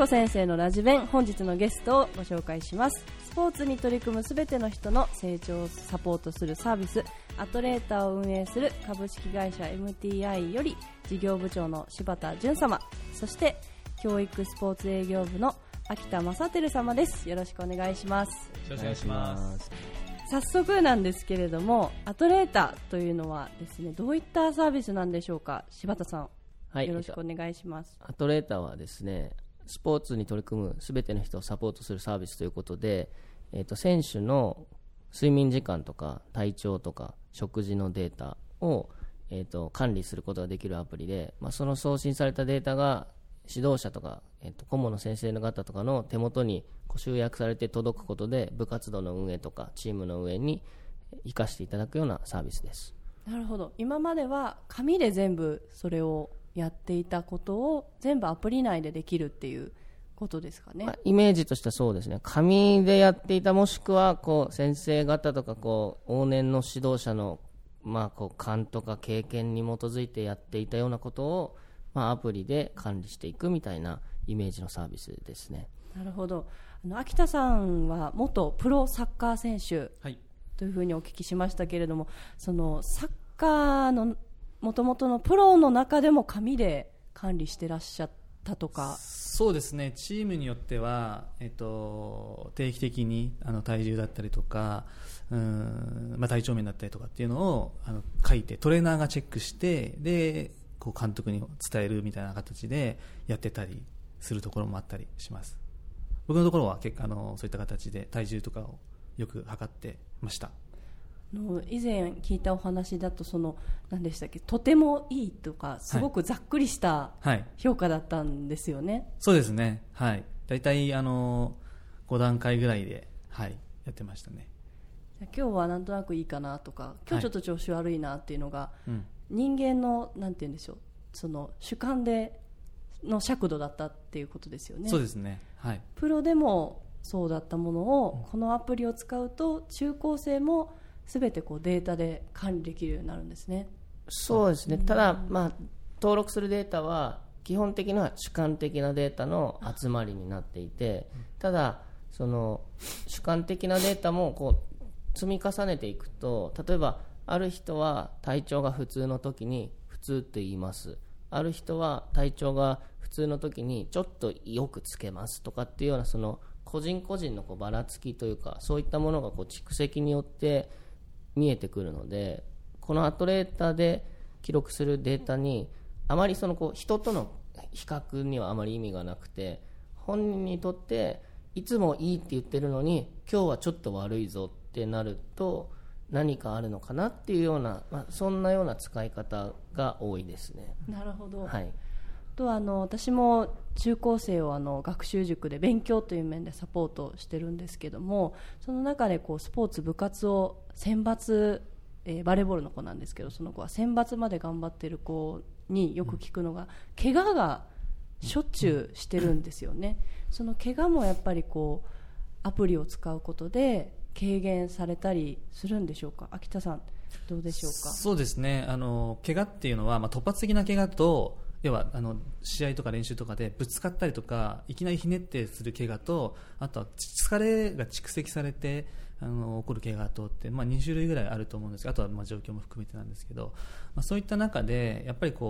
先生のラジ弁、本日のゲストをご紹介します。スポーツに取り組むすべての人の成長をサポートするサービスアトレータを運営する株式会社 MTI より事業部長の柴田純様、そして教育スポーツ営業部の秋田正輝様です。よろしくお願いします。 よろしくお願いします。 早速なんですけれども、アトレータというのはですね、どういったサービスなんでしょうか。柴田さん、はい、よろしくお願いします。 アトレータはですね、スポーツに取り組むすべての人をサポートするサービスということで、選手の睡眠時間とか体調とか食事のデータを、管理することができるアプリで、その送信されたデータが指導者とか、顧問の先生の方とかの手元に集約されて届くことで、部活動の運営とかチームの運営に生かしていただくようなサービスです。 なるほど。今までは紙で全部それをやっていたことを全部アプリ内でできるっていうことですかね。 イメージとしてはそうですね。紙でやっていた、もしくは先生方とか往年の指導者の勘とか経験に基づいてやっていたようなことを、アプリで管理していくみたいなイメージのサービスですね。 なるほど。秋田さんは元プロサッカー選手というふうにお聞きしましたけれども、そのサッカーの元々のプロの中でも紙で管理してらっしゃったとか。 そうですね、チームによっては、定期的に体重だったりとか、体調面だったりとかっていうのを書いて、トレーナーがチェックして、で監督に伝えるみたいな形でやってたりするところもあったりします。僕のところは結構そういった形で体重とかをよく測ってました。 以前聞いたお話だと、何でしたっけ、とてもいいとかすごくざっくりした評価だったんですよね。はい、 そうですね、はい、だいたい5段階ぐらいで、やってましたね。 今日はなんとなくいいかなとか、今日ちょっと調子悪いなっていうのが、人間のなんて言うんでしょう、その主観での尺度だったっていうことですよね。 そうですね、はい、 プロでもそうだったものを、このアプリを使うと中高生も全てデータで管理できるようになるんですね。 そうですね。ただ、登録するデータは基本的には主観的なデータの集まりになっていて、ただその主観的なデータも積み重ねていくと、例えばある人は体調が普通の時に普通って言います、ある人は体調が普通の時にちょっとよくつけますとかっていうような、その個人個人のばらつきというか、そういったものが蓄積によって見えてくるので、このアトレータで記録するデータにあまり人との比較にはあまり意味がなくて、本人にとっていつもいいって言ってるのに今日はちょっと悪いぞってなると、何かあるのかなっていうような、そんなような使い方が多いですね。 なるほど、 はい、 と私も中高生を学習塾で勉強という面でサポートしてるんですけども、その中でスポーツ部活を選抜、バレーボールの子なんですけど、その子は選抜まで頑張ってる子によく聞くのが、怪我がしょっちゅうしてるんですよね。その怪我もやっぱりアプリを使うことで軽減されたりするんでしょうか。秋田さんどうでしょうか。 そうですね、怪我っていうのは、突発的な怪我と、要は試合とか練習とかでぶつかったりとかいきなりひねってする怪我と、あとは疲れが蓄積されて起こる怪我とって、2種類ぐらいあると思うんですが、あとは状況も含めてなんですけど、そういった中でやっぱり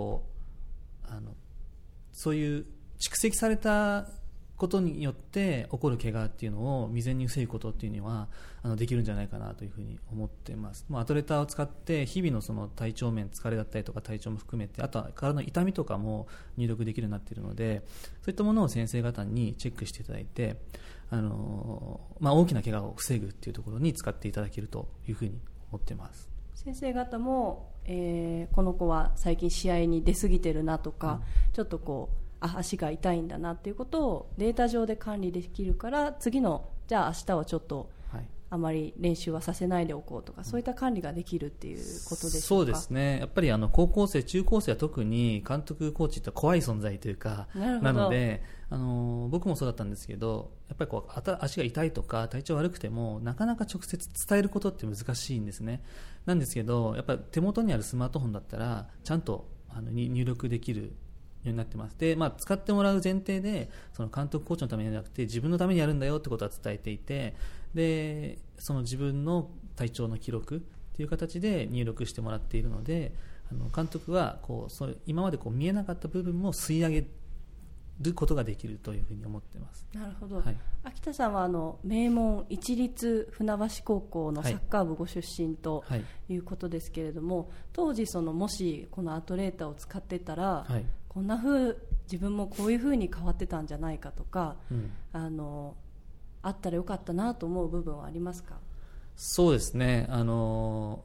そういう蓄積されたことによって起こる怪我っていうのを未然に防ぐことっていうのはできるんじゃないかなというふうに思っています。アトレーターを使って日々のその体調面、疲れだったりとか体調も含めて、あとは体の痛みとかも入力できるようになっているので、そういったものを先生方にチェックしていただいて、大きな怪我を防ぐっていうところに使っていただけるというふうに思っています。 先生方も、この子は最近試合に出過ぎてるなとか、ちょっと足が痛いんだなっていうことをデータ上で管理できるから、次のじゃあ明日はちょっとあまり練習はさせないでおこうとか、そういった管理ができるっていうことでしょうか。 そうですね、やっぱり高校生中高生は特に監督コーチって怖い存在というか、なので僕もそうだったんですけど、やっぱり足が痛いとか体調悪くてもなかなか直接伝えることって難しいんですね。なんですけど、やっぱり手元にあるスマートフォンだったらちゃんと入力できるうになってます。で、使ってもらう前提でその監督コーチのためにじゃなくて自分のためにやるんだよってことは伝えていて、でその自分の体調の記録っていう形で入力してもらっているので、監督は今まで見えなかった部分も吸い上げることができるというふうに思っています。 なるほど、 はい、 秋田さんは名門一律船橋高校のサッカー部ご出身ということですけれども、当時もしこのアトレータを使ってたら、こんな風自分もこういう風に変わってたんじゃないかとか、あったらよかったなと思う部分はありますか？ そうですね、本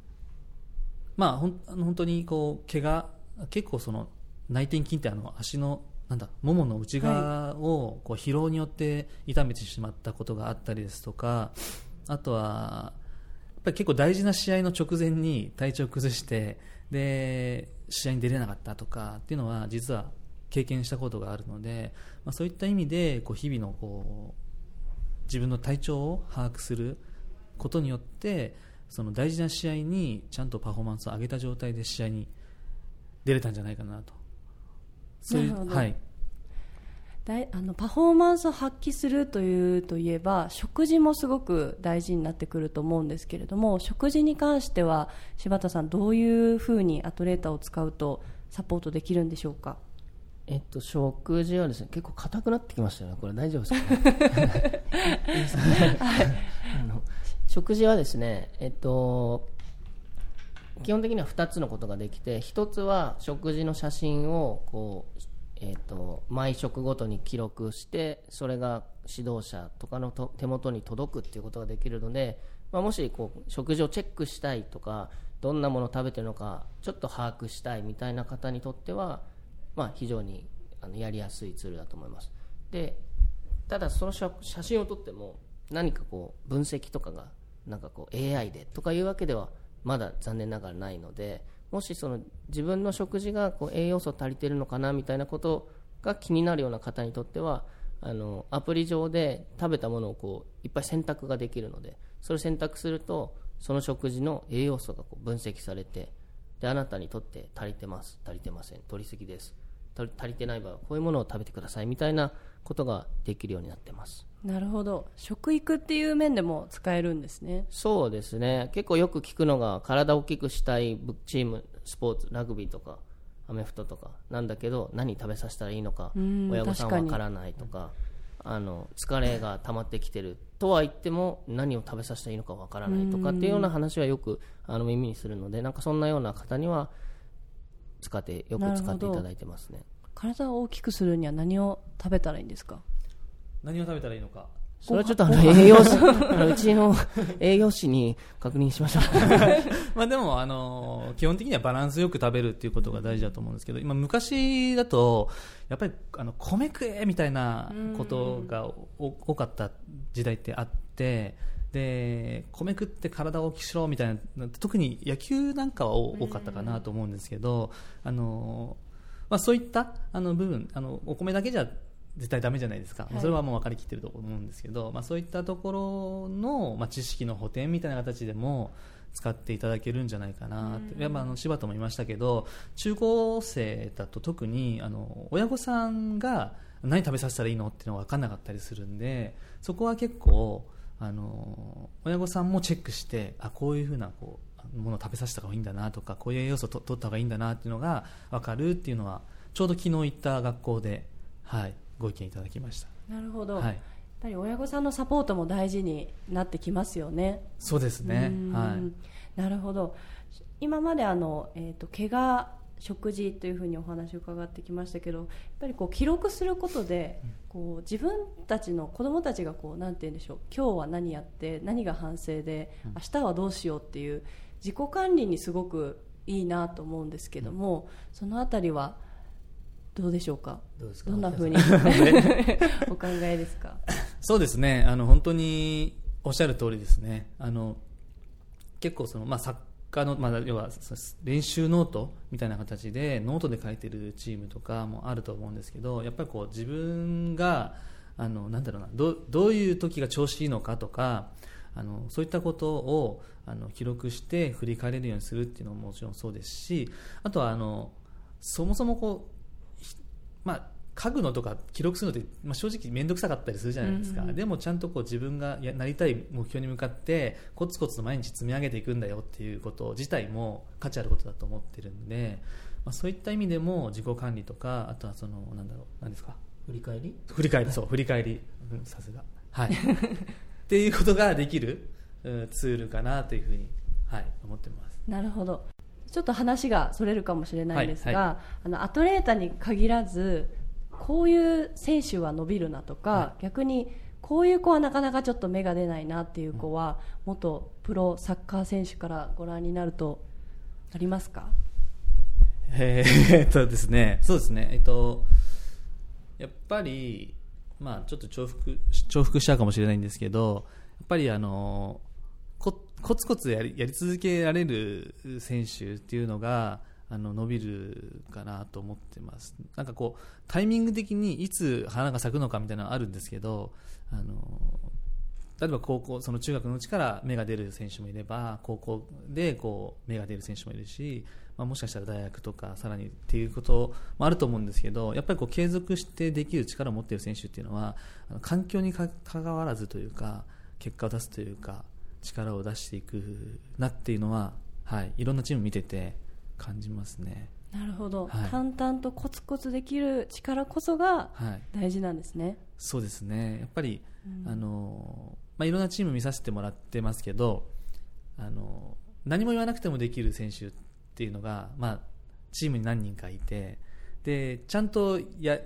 当に怪我、結構内転筋って足のももの内側を疲労によって痛めてしまったことがあったりですとか、あとはやっぱり結構大事な試合の直前に体調を崩してで試合に出れなかったとかっていうのは実は経験したことがあるので、そういった意味で日々の自分の体調を把握することによってその大事な試合にちゃんとパフォーマンスを上げた状態で試合に出れたんじゃないかなと。そういう、はい、 パフォーマンスを発揮するといえば食事もすごく大事になってくると思うんですけれども、食事に関しては柴田さんどういうふうにアトレータを使うとサポートできるんでしょうか？ 食事はですね、結構硬くなってきましたよね。これ大丈夫ですか？食事はですね、基本的には2つのことができて、1つは食事の写真を毎食ごとに記録して、それが指導者とかの手元に届くっていうことができるので、もし食事をチェックしたいとか、どんなものを食べてるのかちょっと把握したいみたいな方にとっては、非常にやりやすいツールだと思います。で、ただその写真を撮っても何か分析とかがAI でとかいうわけではまだ残念ながらないので、もし自分の食事が栄養素足りてるのかなみたいなことが気になるような方にとっては、アプリ上で食べたものをいっぱい選択ができるので、それを選択するとその食事の栄養素が分析されて、であなたにとって足りてます、足りてません、取りすぎです、足りてない場合はこういうものを食べてくださいみたいなことができるようになってます。 なるほど、食育っていう面でも使えるんですね。 そうですね、結構よく聞くのが体を大きくしたいチーム、スポーツ、ラグビーとかアメフトとかなんだけど、何食べさせたらいいのか親御さんわからないとか、疲れが溜まってきてるとは言っても何を食べさせたらいいのかわからないとかっていうような話はよく耳にするので、そんなような方にはよく使っていただいてますね。 体を大きくするには何を食べたらいいんですか？ 何を食べたらいいのか、 それはちょっと栄養士うちの栄養士に確認しましょう。 でも基本的にはバランスよく食べるっていうことが大事だと思うんですけど、今昔だとやっぱり米食えみたいなことが多かった時代ってあって、で米食って体を大きくしろみたいな、特に野球なんかは多かったかなと思うんですけど、そういった部分、お米だけじゃ絶対ダメじゃないですか、それはもう分かりきってると思うんですけど、そういったところの、知識の補填みたいな形でも使っていただけるんじゃないかなって。やっぱ柴田も言いましたけど、中高生だと特に親御さんが何食べさせたらいいのっていうのが分からなかったりするんで、そこは結構親御さんもチェックして、こういうふうなものを食べさせた方がいいんだなとか、こういう栄養素を取った方がいいんだなっていうのが分かるっていうのは、ちょうど昨日行った学校で、ご意見いただきました。 なるほど、やっぱり親御さんのサポートも大事になってきますよね。 そうですね、 なるほど。今まで怪我、食事というふうにお話を伺ってきましたけど、やっぱり記録することで自分たちの子どもたちがなんて言うんでしょう、今日は何やって何が反省で明日はどうしようっていう自己管理にすごくいいなと思うんですけども、そのあたりはどうでしょうか？どんなふうにお考えですか？ そうですね、本当におっしゃる通りですね。結構サッカーの、要は練習ノートみたいな形でノートで書いてるチームとかもあると思うんですけど、やっぱり自分がなんだろうな、どういう時が調子いいのかとか、そういったことを記録して振り返れるようにするっていうのももちろんそうですし、あとはそもそも書くのとか記録するのって、正直面倒くさかったりするじゃないですか、でもちゃんとこう自分がなりたい目標に向かってコツコツと毎日積み上げていくんだよっていうこと自体も価値あることだと思ってるんで、そういった意味でも自己管理とか、あとは何ですか、 振り返り、 そう振り返り、さすが、はいっていうことができるツールかなというふうに、思ってます。 なるほど。ちょっと話がそれるかもしれないんですが、アトレータに限らずこういう選手は伸びるなとか、逆にこういう子はなかなかちょっと芽が出ないなっていう子は、元プロサッカー選手からご覧になるとありますか？ ですね、そうですね、やっぱり、ちょっと重複しちゃうかもしれないんですけど、やっぱりコツコツやり続けられる選手っていうのが伸びるかなと思ってます。なんかこうタイミング的にいつ花が咲くのかみたいなのがあるんですけど、例えばその中学のうちから芽が出る選手もいれば、高校でこう芽が出る選手もいるし、もしかしたら大学とかさらにっていうこともあると思うんですけど、やっぱりこう継続してできる力を持っている選手っていうのは環境に関わらずというか、結果を出すというか力を出していくなっていうのは、いろんなチーム見てて感じますね。 なるほど、淡々とコツコツできる力こそが大事なんですね。 そうですね、やっぱり、いろんなチーム見させてもらってますけど、何も言わなくてもできる選手っていうのが、チームに何人かいて、でちゃんと言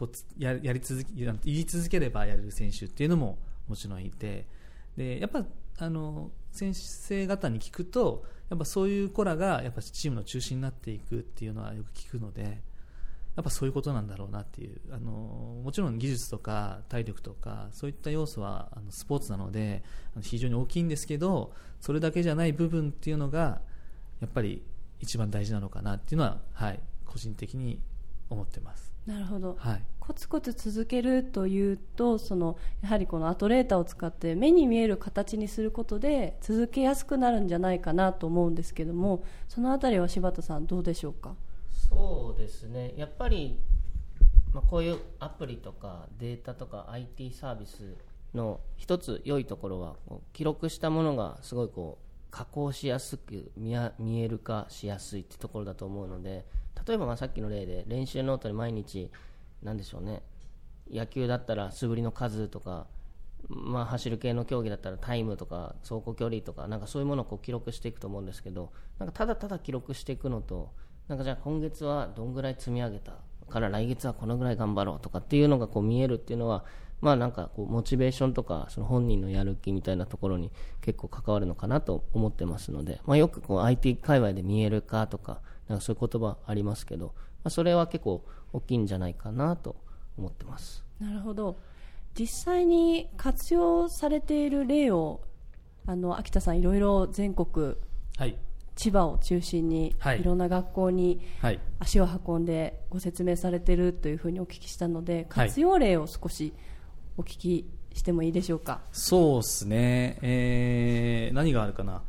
い続ければやれる選手っていうのももちろんいて、でやっぱ先生方に聞くと、やっぱそういう子らがやっぱチームの中心になっていくっていうのはよく聞くので、やっぱそういうことなんだろうなっていう、もちろん技術とか体力とかそういった要素はスポーツなので非常に大きいんですけど、それだけじゃない部分っていうのがやっぱり一番大事なのかなっていうのは、個人的に思ってます。 なるほど、コツコツ続けるというと、やはりこのアトレータを使って目に見える形にすることで続けやすくなるんじゃないかなと思うんですけども、そのあたりは柴田さんどうでしょうか？ そうですね、やっぱり、こういうアプリとかデータとか IT サービスの一つ良いところは、記録したものがすごい加工しやすく見える化しやすいってところだと思うので、例えばさっきの例で練習ノートに毎日なんでしょうね、野球だったら素振りの数とか、走る系の競技だったらタイムとか走行距離とか、なんかそういうものを記録していくと思うんですけど、なんかただただ記録していくのと、なんかじゃあ今月はどんぐらい積み上げたから来月はこのぐらい頑張ろうとかっていうのが見えるっていうのは、なんかモチベーションとかその本人のやる気みたいなところに結構関わるのかなと思ってますので、よくIT 界隈で見える化とか、なんかそういう言葉ありますけど、それは結構大きいんじゃないかなと思ってます。 なるほど。実際に活用されている例を秋田さんいろいろ全国、千葉を中心にいろんな学校に足を運んでご説明されているというふうにお聞きしたので、活用例を少しお聞きしてもいいでしょうか？ そうですね、何があるかな。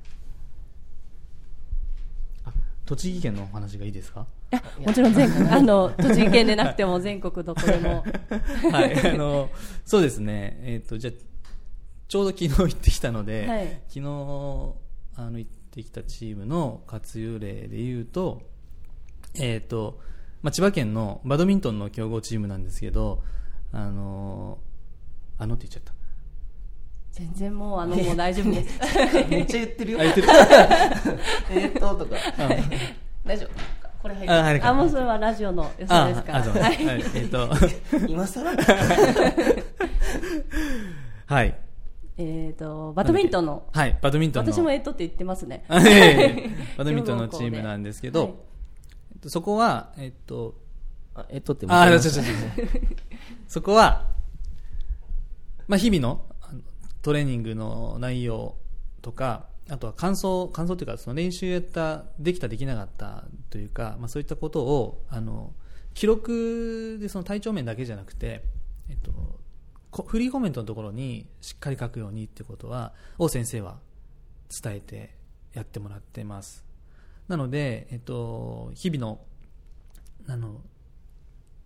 栃木県のお話がいいですか？ もちろん全国栃木県でなくても全国どこでもそうですね、じゃあちょうど昨日行ってきたので、昨日行ってきたチームの活用例でいうと、千葉県のバドミントンの強豪チームなんですけど、って言っちゃった。 全然もう大丈夫ですめっちゃ言ってるよ。 言ってるとか大丈夫、これ入る。 もうそれはラジオの予想ですから。 今更バドミントンの、 バドミントンの、 私もって言ってますねバドミントンのチームなんですけど、そこはってそこは、日々のトレーニングの内容とか、あとは感想というか、その練習できたできなかったというか、そういったことを記録で、その体調面だけじゃなくて、フリーコメントのところにしっかり書くようにっていうことを先生は伝えてやってもらってます。なので、日々の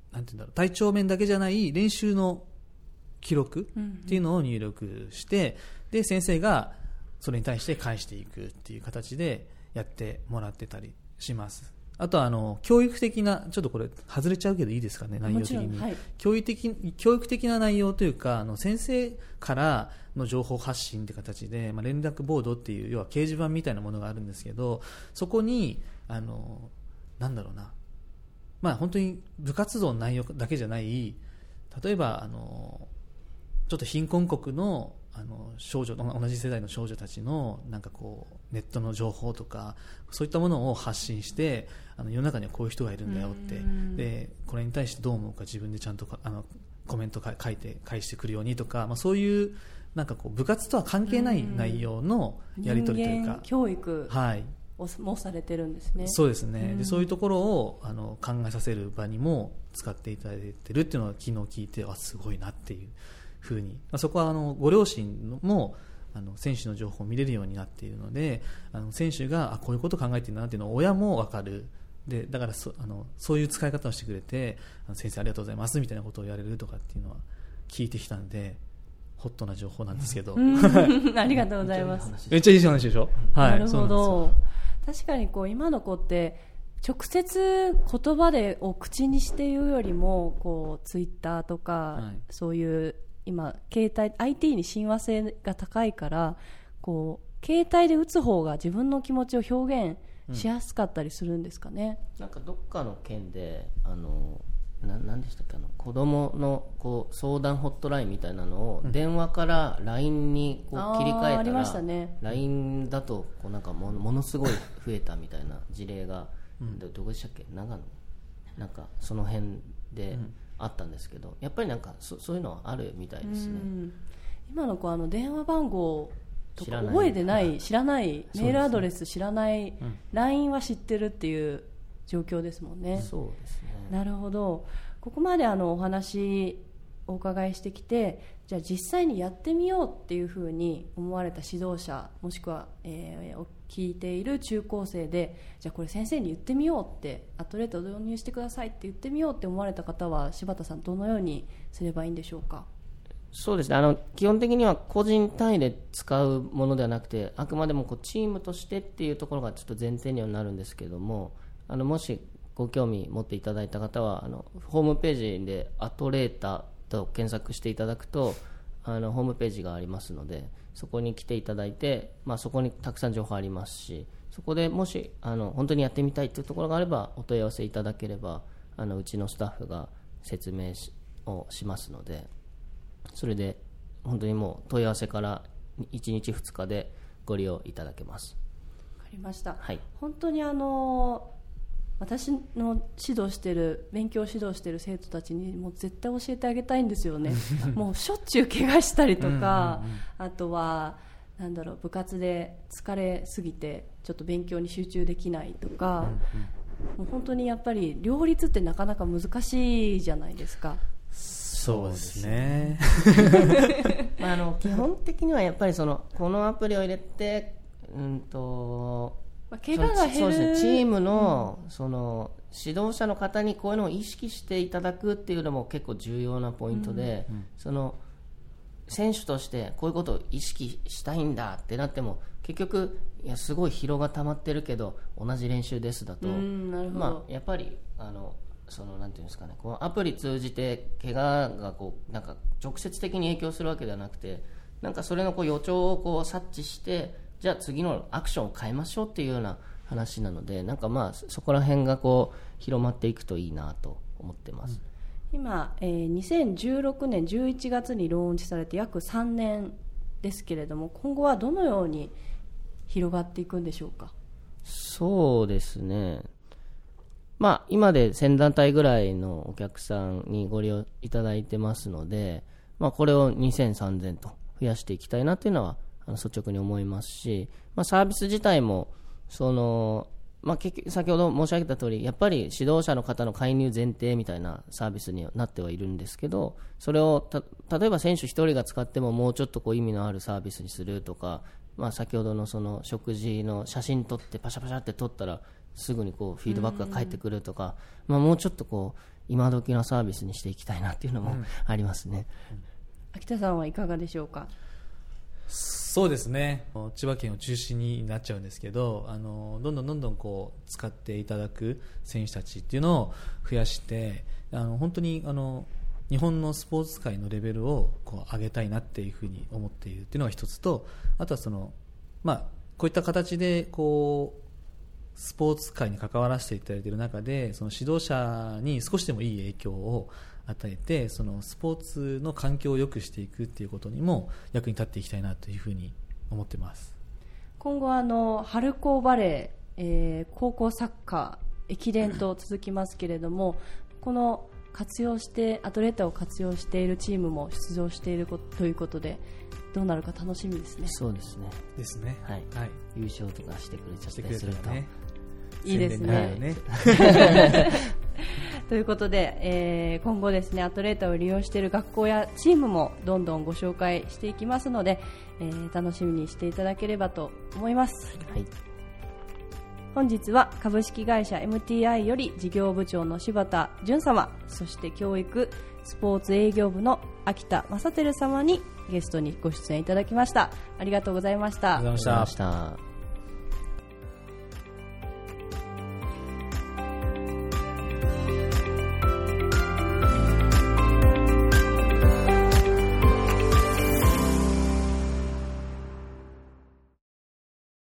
なんていうんだろう、体調面だけじゃない練習の記録っていうのを入力して、で先生がそれに対して返していくっていう形でやってもらってたりします。あとは教育的な、ちょっとこれ外れちゃうけどいいですかね、内容的に、はい、教育的な内容というか、先生からの情報発信って形で、連絡ボードっていう要は掲示板みたいなものがあるんですけど、そこになんだろうな、本当に部活動の内容だけじゃない、例えばちょっと貧困国の少女、同じ世代の少女たちのなんかこうネットの情報とか、そういったものを発信して、世の中にはこういう人がいるんだよって、でこれに対してどう思うか自分でちゃんとコメント書いて返してくるようにとか、そういうなんかこう部活とは関係ない内容のやり取りというか、 人間教育、 はい、 もされてるんですね。 そうですね、でそういうところを考えさせる場にも使っていただいてるっていうのを昨日聞いて、すごいなっていうふうに、そこはご両親も選手の情報を見れるようになっているので、選手がこういうことを考えているなっていうのを親も分かる。でだからそういう使い方をしてくれて、先生ありがとうございますみたいなことをやれるとかっていうのは聞いてきたんで、ホットな情報なんですけどありがとうございます。 めっちゃいい話でしょ、はい、 なるほど。確かに今の子って直接言葉を口にして言うよりもツイッターとか、はい、そういう今携帯 IT に親和性が高いから、携帯で打つ方が自分の気持ちを表現しやすかったりするんですかね。 なんかどっかの県で何でしたっけ、子供の相談ホットラインみたいなのを電話から LINE に切り替えたら、ね、LINE だとなんかものすごい増えたみたいな事例が、どこでしたっけ、長野、なんかその辺であったんですけど、やっぱりなんかそういうのはあるみたいですね。 今の子電話番号とか覚えてない、知らない、メールアドレス知らない、LINE は知ってるっていう状況ですもんね。 そうですね。 なるほど。ここまでお話お伺いしてきて、じゃあ実際にやってみようっていうふうに思われた指導者、もしくは、聞いている中高生で、じゃあこれ先生に言ってみようって、アトレートを導入してくださいって言ってみようって思われた方は、柴田さんどのようにすればいいんでしょうか。 そうですね、基本的には個人単位で使うものではなくて、あくまでもチームとしてっていうところがちょっと前提にはなるんですけども、もしご興味持っていただいた方はホームページでアトレータと検索していただくとホームページがありますので、そこに来ていただいて、そこにたくさん情報ありますし、そこでもし本当にやってみたいというところがあればお問い合わせいただければうちのスタッフが説明をしますので、それで本当にもう問い合わせから1日2日でご利用いただけます。 わかりました、 はい、 本当に私の勉強指導している生徒たちにもう絶対教えてあげたいんですよねもうしょっちゅう怪我したりとか、あとは部活で疲れすぎてちょっと勉強に集中できないとか、もう本当にやっぱり両立ってなかなか難しいじゃないですか。 そうですね基本的にはやっぱりこのアプリを入れて怪我が減る、 そうですね、チームの、指導者の方にこういうのを意識していただくっていうのも結構重要なポイントで、選手としてこういうことを意識したいんだってなっても結局すごい疲労が溜まってるけど同じ練習ですだと、やっぱりなんていうんですかね、このアプリ通じて怪我がなんか直接的に影響するわけではなくて、なんかそれの予兆を察知してじゃあ次のアクションを変えましょうっていうような話なので、なんかそこら辺が広まっていくといいなと思ってます。 今、2016年11月にローンチされて約3年ですけれども、今後はどのように広がっていくんでしょうか。 そうですね、今で1000団体ぐらいのお客さんにご利用いただいてますので、これを2000、3000と増やしていきたいなというのは率直に思いますし、サービス自体も先ほど申し上げた通り、やっぱり指導者の方の介入前提みたいなサービスになってはいるんですけど、それを例えば選手1人が使ってももうちょっと意味のあるサービスにするとか、先ほどの食事の写真撮ってパシャパシャって撮ったらすぐにフィードバックが返ってくるとか、もうちょっと今時のサービスにしていきたいなっていうのもありますね。 秋田さんはいかがでしょうか。 そうですね、千葉県を中心になっちゃうんですけど、どんどんこう使っていただく選手たちっていうのを増やして、本当に日本のスポーツ界のレベルをこう上げたいなっていうふうに思っているっていうのが一つと、あとはこういった形でこうスポーツ界に関わらせていただいている中で、その指導者に少しでもいい影響を与えて、そのスポーツの環境を良くしていくっていうことにも役に立っていきたいなというふうに思ってます。 今後春高バレー、高校サッカー駅伝と続きますけれども、この活用してアトレータを活用しているチームも出場しているということで、どうなるか楽しみですね。 そうですね。 ですね。 はい。はい、優勝とかしてくれちゃったりすると、 いいですね。ということで、今後ですね、アトレータを利用している学校やチームもどんどんご紹介していきますので、楽しみにしていただければと思います。はい。本日は株式会社 MTI より事業部長の柴田淳様、そして教育スポーツ営業部の秋田正輝様にゲストにご出演いただきました。ありがとうございました。 ありがとうございました。